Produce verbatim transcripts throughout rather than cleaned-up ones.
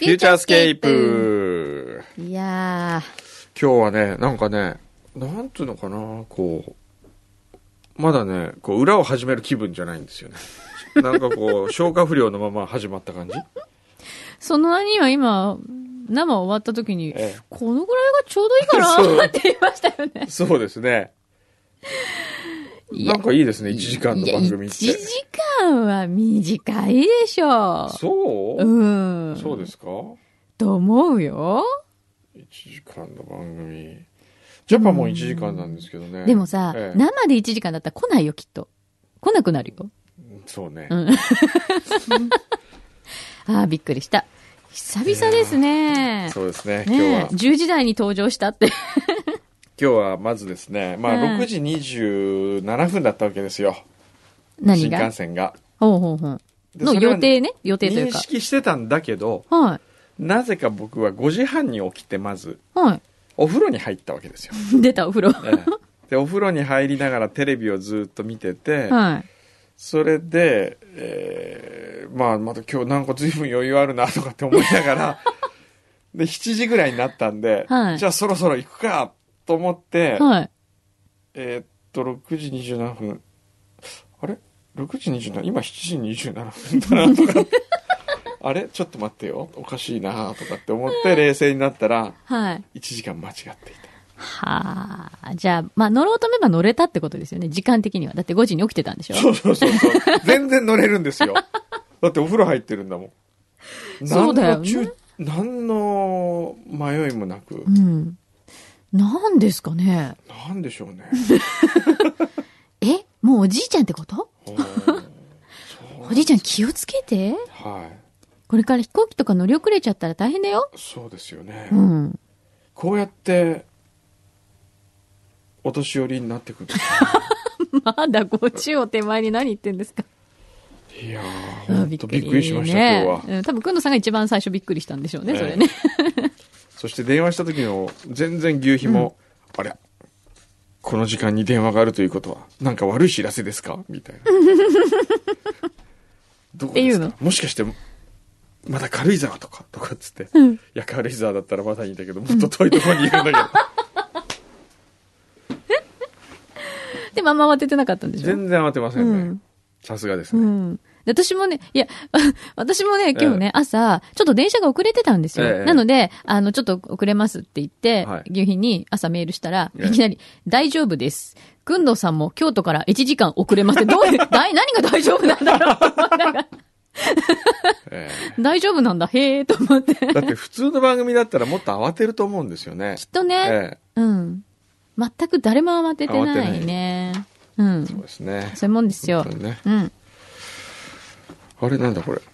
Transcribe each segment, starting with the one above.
フューチャースケープ。 いやー。今日はね、なんかね、なんつうのかな、こう、まだね、こう、裏を始める気分じゃないんですよね。なんかこう、消化不良のまま始まった感じ。 その兄は今、生終わった時に、 ええ、 このぐらいがちょうどいいかなって言いましたよね。 そうですね。なんかいいですね、いちじかんの番組って。 いちじかんは短いでしょ。 そう？ うん。 そうですか？ と思うよ。 いちじかんの番組。ジャパンもいちじかんなんですけどね。 でもさ、 ええ、 生でいちじかんだったら来ないよ、きっと。来なくなるよ。 そうね。 うん、ああ、びっくりした。久々ですね。 そうですね。 ね、 今日はじゅうじ台に登場したって。 今日はまずですね、まあろくじにじゅうななふんだったわけですよ。 何が？ 新幹線が。 ほうほうほう。の予定ね。予定というか。 認識してたんだけど、 はい。 なぜか僕はごじはんに起きてまず、 はい。 お風呂に入ったわけですよ。 出たお風呂。 ええ、で、お風呂に入りながらテレビをずっと見てて、 はい。 それで、えー、まあまた今日なんか随分余裕あるなとかって思いながら、で、しちじぐらいになったんで、はい、じゃあそろそろ行くかと思って、はい、えー、っと、ろくじにじゅうななふん、あれ ?ろくじにじゅうなな、今しちじにじゅうななふんだなとか、あれちょっと待ってよ、おかしいなとかって思って冷静になったら、はい、いちじかん間違っていた。 はあ、じゃあ、まあ乗ろうと思えば乗れたってことですよね、時間的には。だってごじに起きてたんでしょ？ そうそうそうそう。全然乗れるんですよ。だってお風呂入ってるんだもん。 そうだよね。 何の迷いもなく。 うん。なんですかね。 なんでしょうね。 え、もうおじいちゃんってこと？おじいちゃん気をつけて。はい。これから飛行機とか乗り遅れちゃったら大変だよ。 そうですよね。 うん。 こうやってお年寄りになってくるんですね。まだごじゅうを手前に何言ってんですか。 いやー、ほんとびっくりしました、 ね、 今日は。 うん、多分、くんのさんが一番最初びっくりしたんでしょうね、えー、それね。 そして電話した時の全然牛皮も、うん、あれ、この時間に電話があるということは、なんか悪い知らせですかみたいな。どこですか？もしかして、まだ軽井沢とか、とかっつって。うん、いや、軽井沢だったらまだいいんだけど、もっと遠いところにいるんだけど。 でもあんま慌ててなかったんでしょ？ 全然慌てませんね。うん、さすがですね。うん、 で私もね、いや、私もね、今日ね、ええ、朝、ちょっと電車が遅れてたんですよ。ええ、なので、あの、ちょっと遅れますって言って、はい、牛皮に朝メールしたら、いきなり、大丈夫です。くんどうさんも京都からいちじかん遅れますって、どういう、何が大丈夫なんだろうと思いながら。ええ、大丈夫なんだ、へーと思って。 だって普通の番組だったらもっと慌てると思うんですよね。 きっとね。ええ、うん。全く誰も慌ててないね。うん。 そうですね。 そういうもんですよ。ね、うん。 あれなんだこれ。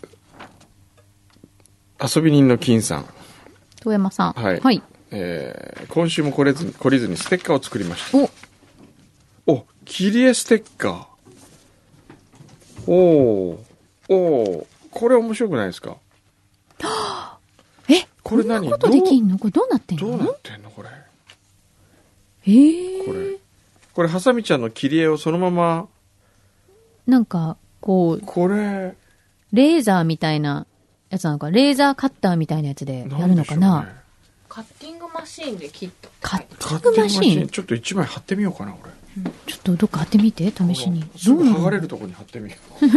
遊び人の金さん。 遠山さん。 はい。はい、えー、今週も来れず、懲りずにステッカーを作りました。おお、切り絵ステッカー。おー。おー。これ面白くないですか？ え、これ何？こんなことできんの？これどうなってんの？ どうなってんのこれ。 えー。 これ。これ、ハサミちゃんの切り絵をそのまま。 なんか、こう。 これ。 レーザーみたいなやつなのか、レーザーカッターみたいなやつでやるのかな。 ね、カッティングマシーンで切った。 カッティングマシーン？ ちょっと一枚貼ってみようかな、これ。 うん、ちょっとどっか貼ってみて、試しに。 すぐ剥がれるとこに貼ってみよ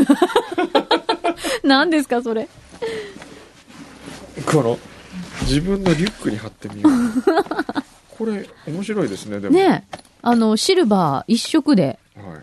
う。何ですか、それ。 この、自分のリュックに貼ってみよう。これ、面白いですね、でも。 ねえ。あの、シルバー一色で。 はい。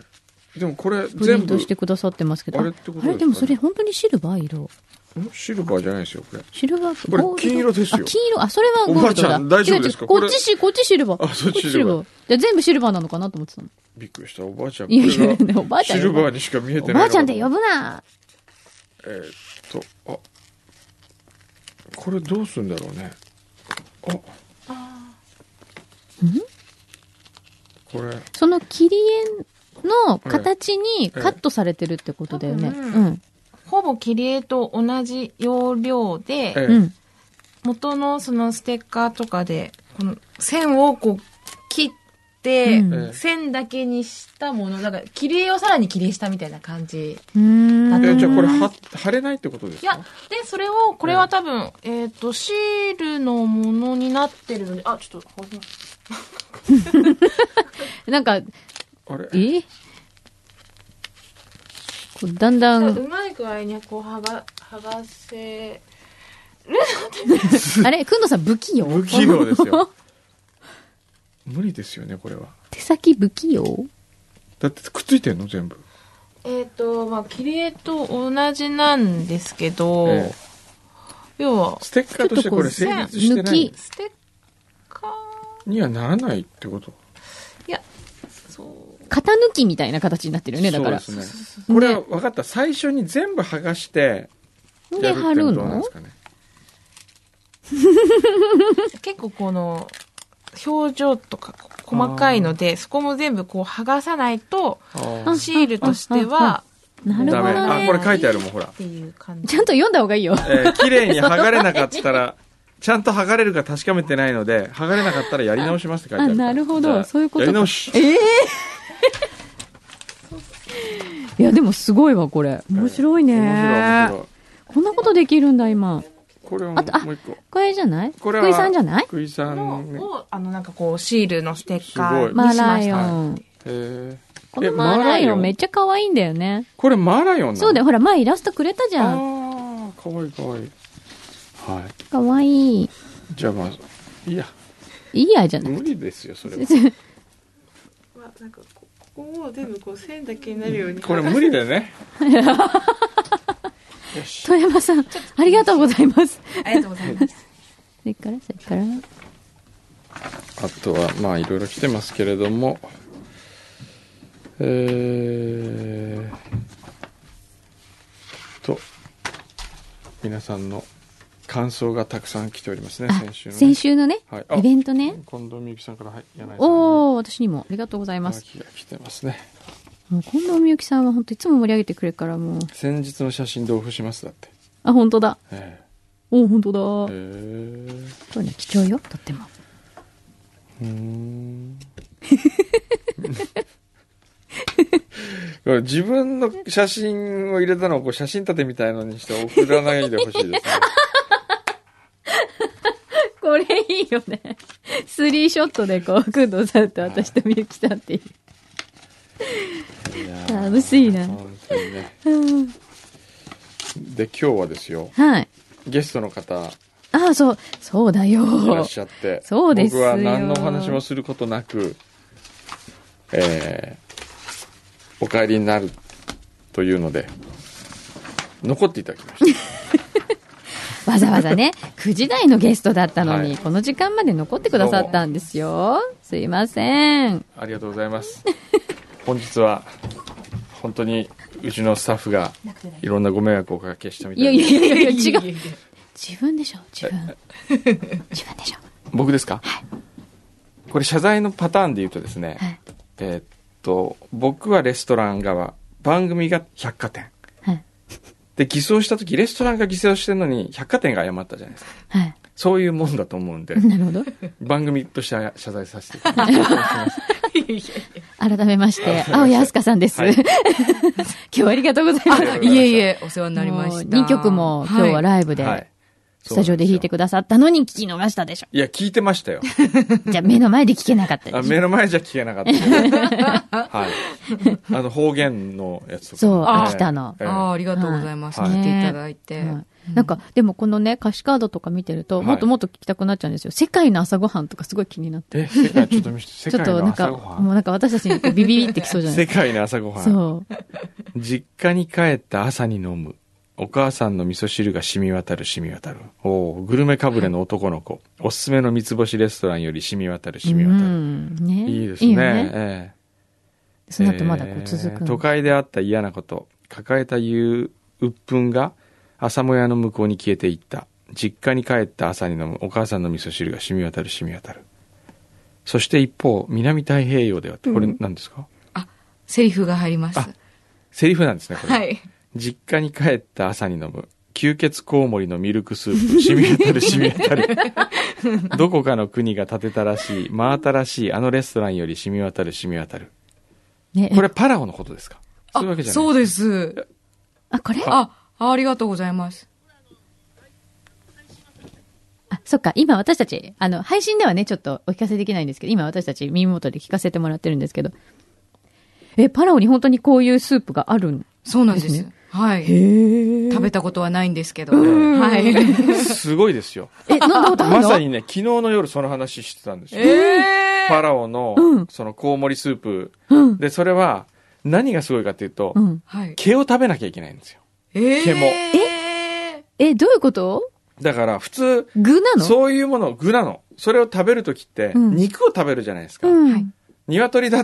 でもこれ全部プリントしてくださってますけど。 あれってことですかね？ あれでもそれ本当にシルバー色。 シルバーじゃないですよ、これ。 シルバー、 これ金色ですよ。 あ、金色。あ、それはゴールドだ。おばあちゃん大丈夫ですか？ こっちし、こっちシルバー。 あ、そっちシルバー。 じゃ全部シルバーなのかなと思ってたの。 びっくりした。おばあちゃん。 いやいやいや、おばあちゃん。 シルバーにしか見えてない。 おばあちゃんって呼ぶな。 えー、っと、あ、これどうすんだろうね。あ。あ。 ん？ これ。 その切り絵の形にカットされてるってことだよね。うん。 ほぼ切り絵と同じ要領で、 うん、 元のそのステッカーとかで、この線をこう切って、うん、線だけにしたもの、だから切り絵をさらに切り絵したみたいな感じだった。 うーん。じゃあこれは貼れないってことですか？ いや、で、それを、これは多分、えっ、ー、と、シールのものになってるので、あ、ちょっと、剥がします。 なんか、 あれえこうだんだん。 うまい具合にこう、剥が、剥がせ、 あれくんのさん不器用？ 不器用ですよ。無理ですよね、これは。 手先不器用？ だってくっついてんの全部。 えっ、ー、と、まあ、切り絵と同じなんですけど、ええ、要は、 ステッカーとしてこれ成立してない。 ステッカーにはならないってこと？ いや、そう。 型抜きみたいな形になってるよね、だから。 そうですね。これは分かった。最初に全部剥がして、 で、貼るの？ なんですかね。 結構この、表情とか細かいので、そこも全部こう剥がさないと、シールとしては、 なるほどね。 あ、これ書いてあるもん、ほら。 っていう感じ。 ちゃんと読んだ方がいいよ。 えー、綺麗に剥がれなかったら、ちゃんと剥がれるか確かめてないので、剥がれなかったらやり直しますって書いてある。 あ、なるほど。そういうことか。 やり直し。 ええー、いや、でもすごいわ、これ。面白いね。面白い、面白い。こんなことできるんだ、今。 これはあと、あ、 もう一個。 これじゃない？ これは福井さんじゃない？ 福井さん、ね。 を、あの、なんかこう、シールのステッカーにしマーました。 ライオン。 へこのマーライオンめっちゃ可愛いんだよね。 これマーライオンなの？ そうだよ。ほら、前イラストくれたじゃん。 ああ、かわいいかわいい。はい。 かわいい。 じゃあまず、いや。 いいやじゃない。 無理ですよ、それは。 まあ、なんかここを全部こう線だけになるように。 これ無理だよね。 よし。富山さん、ありがとうございます。 ありがとうございます。 それから、それから。 あとは、まあ、いろいろ来てますけれども、えーと、皆さんの感想がたくさん来ておりますね、先週の、ね。 先週のね、はい、イベントね。 近藤美由紀さんから、はい、柳井さん。 おー、私にもありがとうございます。 が来てますね。 もう近藤美由紀さんは本当いつも盛り上げてくれるからもう。 先日の写真同封しますだって。 あ、本当だ。 ええお、本当だ。 へえ。 そうね、貴重よ、とっても。 うーん。自分の写真を入れたのをこう写真立てみたいのにして送らないでほしいですね。 これいいよね。スリーショットでこう、工藤さんと私とみゆきさんっていう。楽しいな。 本当にね。で、今日はですよ。 はい。 ゲストの方。 ああ、そう、そうだよ。 いらっしゃって。 そうですよ。 僕は何のお話もすることなく、えー、お帰りになるというので、残っていただきました。 わざわざね、くじ台のゲストだったのに、はい、この時間まで残ってくださったんですよ。すいません。 ありがとうございます。本日は、本当にうちのスタッフがいろんなご迷惑をおかけしたみたいな。 いやいやいやいや、違う。自分でしょ、自分。自分でしょ。 僕ですか？ はい。 これ謝罪のパターンで言うとですね、はい、えー、っと、僕はレストラン側、番組が百貨店。はい。で、偽装したとき、レストランが偽装してるのに百貨店が謝ったじゃないですか。はい。そういうもんだと思うんで。 なるほど。 番組として謝罪させていただきます。 改めまして、青谷飛鳥さんです。はい、今日はありがとうございます。 いえいえ、お世話になりました。 にきょくも今日はライブで、はい、スタジオで弾いてくださったのに聞き逃したでしょ。 いや、聞いてましたよ。 じゃあ目の前で聞けなかったでしょ。 あ、目の前じゃ聞けなかった。はい。あの、方言のやつとか。 そう、秋田の。 ああ、ありがとうございます。聞いていただいて。 なんか、でもこのね、歌詞カードとか見てると、もっともっと聞きたくなっちゃうんですよ。世界の朝ごはんとかすごい気になって。 え、世界、ちょっと見せて、世界の朝ごはん。 ちょっとなんか、もうなんか私たちにビビビってきそうじゃないですか。世界の朝ごはん。 そう。 実家に帰った朝に飲む。お母さんの味噌汁が染み渡る染み渡る。おグルメかぶれの男の子。はい、おすすめの三つ星レストランより染み渡る染み渡る。うんね、いいですね。いいねえー、その後まだこう続く、えー、 都会であった嫌なこと。抱えた憂鬱憤が朝もやの向こうに消えていった。実家に帰った朝に飲むお母さんの味噌汁が染み渡る染み渡る。そして一方、南太平洋では、これ何ですか？うん、 あ、セリフが入ります。 あ、セリフなんですね、これ。 はい。 実家に帰った朝に飲む。 吸血コウモリのミルクスープ、染み渡る染み渡る。どこかの国が建てたらしい、真新しいあのレストランより染み渡る染み渡る。ね、これパラオのことですか？そういうわけじゃない。 そうです。 あ、これ？ あ、ありがとうございます。 あ、そっか。今私たち、あの、配信ではね、ちょっとお聞かせできないんですけど、今私たち耳元で聞かせてもらってるんですけど。え、パラオに本当にこういうスープがあるんですね。 そうなんです。はい。 へ食べたことはないんですけど。はい。 すごいですよ。 え、飲んだことあるの？ まさにね、昨日の夜その話してたんですよ。 えー、 パラオの、うん、そのコウモリスープ。うん、で、それは、何がすごいかっていうと、うん、毛を食べなきゃいけないんですよ。 えー、 毛も。ええ、どういうこと？ だから普通、 具なの？ そういうもの、具なの。それを食べるときって、うん、肉を食べるじゃないですか。うん、鶏だって、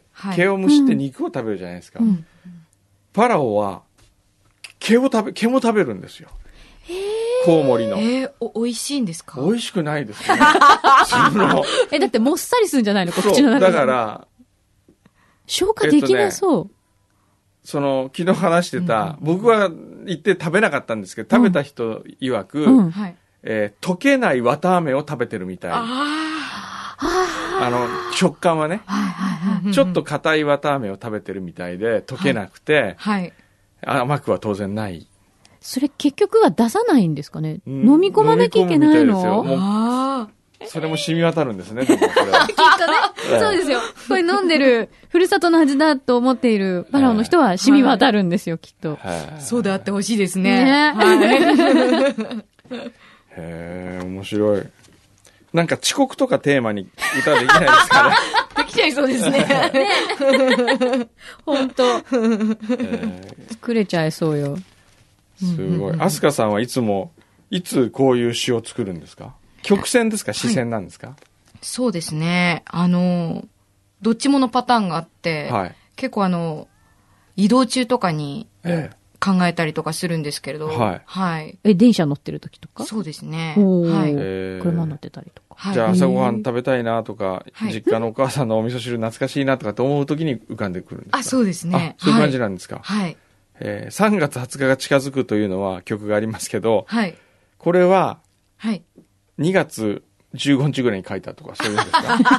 毛を蒸して肉を食べるじゃないですか。うん、パラオは、毛を食べ、毛も食べるんですよ。コウモリの。 えー、お、美味しいんですか？ 美味しくないですね。そのえ、だってもっさりするんじゃないの？口の中で。 だから、 消化できなそう。えっとね、 その、昨日話してた、うん、僕は行って食べなかったんですけど、食べた人曰く、うん、えー、溶けない綿飴を食べてるみたい。ああの、食感はね、ちょっと硬い綿飴を食べてるみたいで、溶けなくて、はいはい、甘くは当然ない。 それ結局は出さないんですかね、うん、飲み込まなきゃいけないの？ あそれも染み渡るんですね、でもこれは。 きっとね、えー。そうですよ。これ飲んでる、ふるさとの味だと思っているパラオの人は染み渡るんですよ、きっと。 そうであってほしいですね。ねはい、へー、面白い。なんか遅刻とかテーマに歌できないですかね。 できちゃいそうですね。 ね本当、えー。作れちゃいそうよ。 すごい。アスカさんはいつも、いつこういう詩を作るんですか？曲線ですか？視線なんですか？はい、 そうですね。あの、どっちものパターンがあって、はい、結構あの、移動中とかに考えたりとかするんですけれど、はい。はい、 え、電車乗ってる時とか？ そうですね。はい。 車乗ってたりとか。 はい、じゃあ朝ごはん食べたいなとか、実家のお母さんのお味噌汁懐かしいなとかって思う時に浮かんでくるんですか？ あ、そうですね。 そういう感じなんですか？ はい。 えー、さんがつはつかが近づくというのは曲がありますけど、はい。これは、はい。にがつじゅうごにちぐらいに書いたとか、そういうんです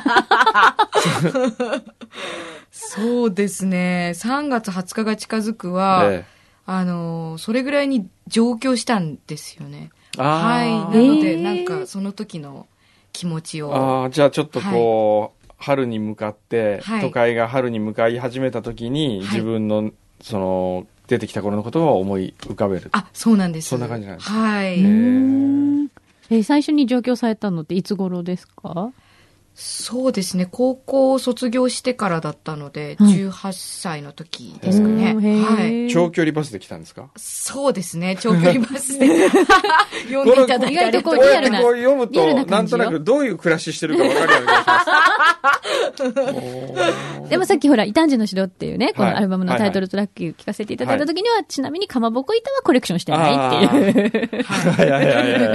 か？そうですね。さんがつはつかが近づくは、ええ、あの、それぐらいに上京したんですよね。はい。なので、なんか、その時の気持ちを。 ああ、じゃあちょっとこう、はい、春に向かって、はい、都会が春に向かい始めた時に、はい、自分の、その、出てきた頃のことを思い浮かべる。 あ、そうなんです。 そんな感じなんですか？ はい。 へー。 えー、最初に上京されたのっていつ頃ですか？ そうですね。高校を卒業してからだったので、うん、じゅうはっさいの時ですかね。はい。 長距離バスで来たんですか？ そうですね。長距離バスで読んでいただいたりとか。 こうリアルな。 こう読むと、なんとなくどういう暮らししてるか分かるような気がします。 でもさっきほら、異端児の城っていうね、このアルバムのタイトルトラック聞かせていただいた時には、はいはい、ちなみにかまぼこ板はコレクションしてないっていう。 はいはいはいはい。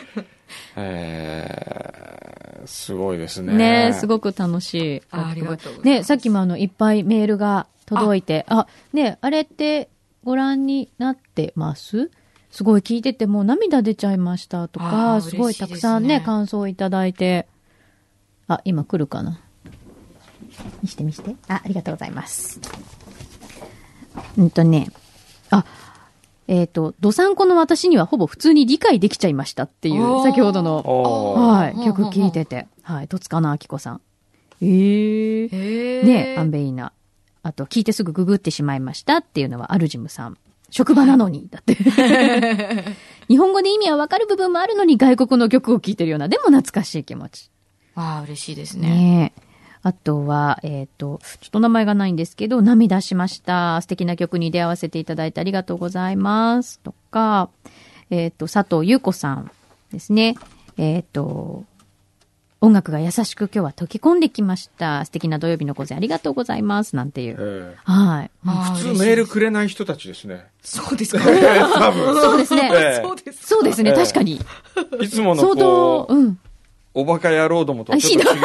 えー、すごいですね。 ね、すごく楽しい。 あ、ありがとうございます。 ね、さっきもあの、いっぱいメールが届いて、あ、あね、あれってご覧になってます？すごい聞いててもう涙出ちゃいましたとか、すごいたくさんね、感想いただいて。あ、今来るかな。見して見して。あ、ありがとうございます。うんとね、あ、えっ、ー、と、どさんこの私にはほぼ普通に理解できちゃいましたっていう、先ほどの、はい、曲聴いてて、はい、戸塚のあきこさん。えー、えー、ね、アンベイーナ。あと、聞いてすぐググってしまいましたっていうのはアルジムさん。職場なのに、だって。日本語で意味はわかる部分もあるのに外国の曲を聴いてるような、でも懐かしい気持ち。 ああ、嬉しいですね。 ねえ。あとは、えっと、ちょっと名前がないんですけど、涙しました。素敵な曲に出会わせていただいてありがとうございます。とか、えっと、佐藤優子さんですね。えっと、音楽が優しく今日は溶け込んできました。素敵な土曜日の午前ありがとうございます。なんていう。はい。 普通メールくれない人たちですね。 そうですか。 多分。 そうですね。 そうです。 そうですね。確かに。 いつものこう、相当、うん。おバカ野郎どもとはちょっと違い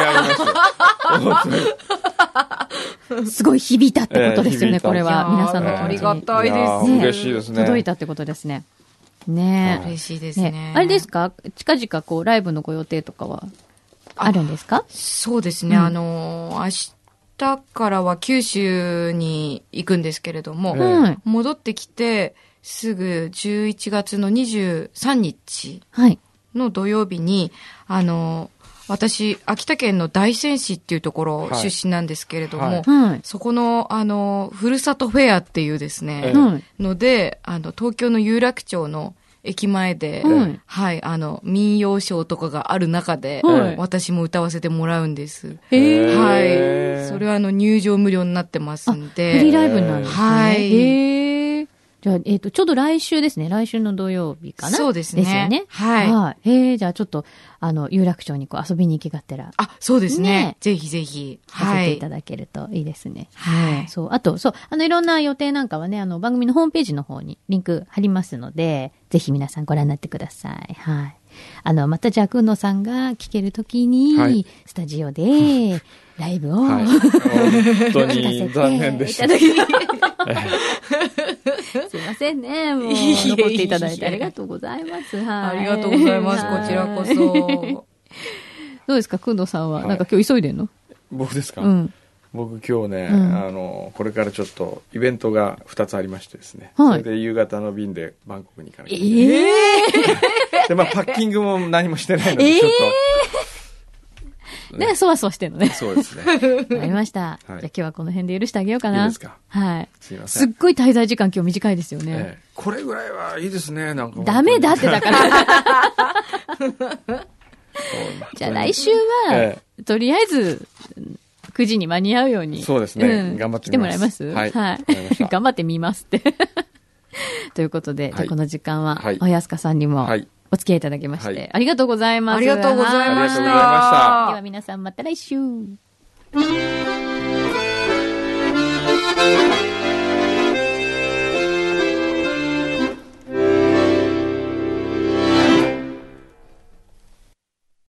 ますよ。 すごい響いたってことですよね、えー、これは。皆さんのありがたいですね。嬉しいですね。 届いたってことですね。 ねえ。嬉しいですね。 ねあれですか近々こう、ライブのご予定とかはあるんですか？ そうですね。うん、あの、明日からは九州に行くんですけれども、うん、戻ってきて、すぐじゅういちがつのにじゅうさんにちの土曜日に、はい、あの、私、秋田県の大仙市っていうところ出身なんですけれども、はいはい、そこの、あの、ふるさとフェアっていうですね、はい、ので、あの、東京の有楽町の駅前で、はい、はい、あの、民謡ショーとかがある中で、はい、私も歌わせてもらうんです。へー。はい。それはあの、入場無料になってますんで。 フリーライブなんですね。 はい。 へー。じゃあ、えっと、ちょうど来週ですね。来週の土曜日かな。 そうですね。 ですよね。 はい。 はい。えー、じゃあちょっと、あの、有楽町にこう遊びに行きがてら。 あ、そうですね。ねぜひぜひ。 はい。させていただけるといいですね。 はい。 そう。あと、そう、あの、いろんな予定なんかはね、あの、番組のホームページの方にリンク貼りますので、ぜひ皆さんご覧になってください。はい。あの、またじゃあ、くんのさんが聞けるときに、はい、スタジオで、ライブを、はい、 本当に残念でした。 すいませんね。もう、残っていただいてありがとうございます。 はい。ありがとうございます。こちらこそ。 どうですか、くんどさんは。なんか今日急いでんの？ 僕ですか？ うん。 僕今日ね、うん、あの、これからちょっとイベントがふたつありましてですね。はい、それで夕方の便でバンコクに行かなきゃいけない。 えー、で、まあパッキングも何もしてないので、ちょっと。 えー、ね、そわそわしてんのね。 そうですね。 わかりました。はい、じゃあ今日はこの辺で許してあげようかな。 いいですか？ はい。 すいません。 すっごい滞在時間今日短いですよね。 ええ、これぐらいはいいですね、なんか。 ダメだってだから。じゃあ来週は、ええ、とりあえず、くじに間に合うように。 そうですね。うん、頑張ってみます。 来てもらえます？ はい。 はい。頑張ってみますって。ということで、はい、じゃあこの時間は、はい、おやすかさんにも、はいお付き合いいただきまして、はい、ありがとうございます。 ありがとうございました。 では皆さんまた来週。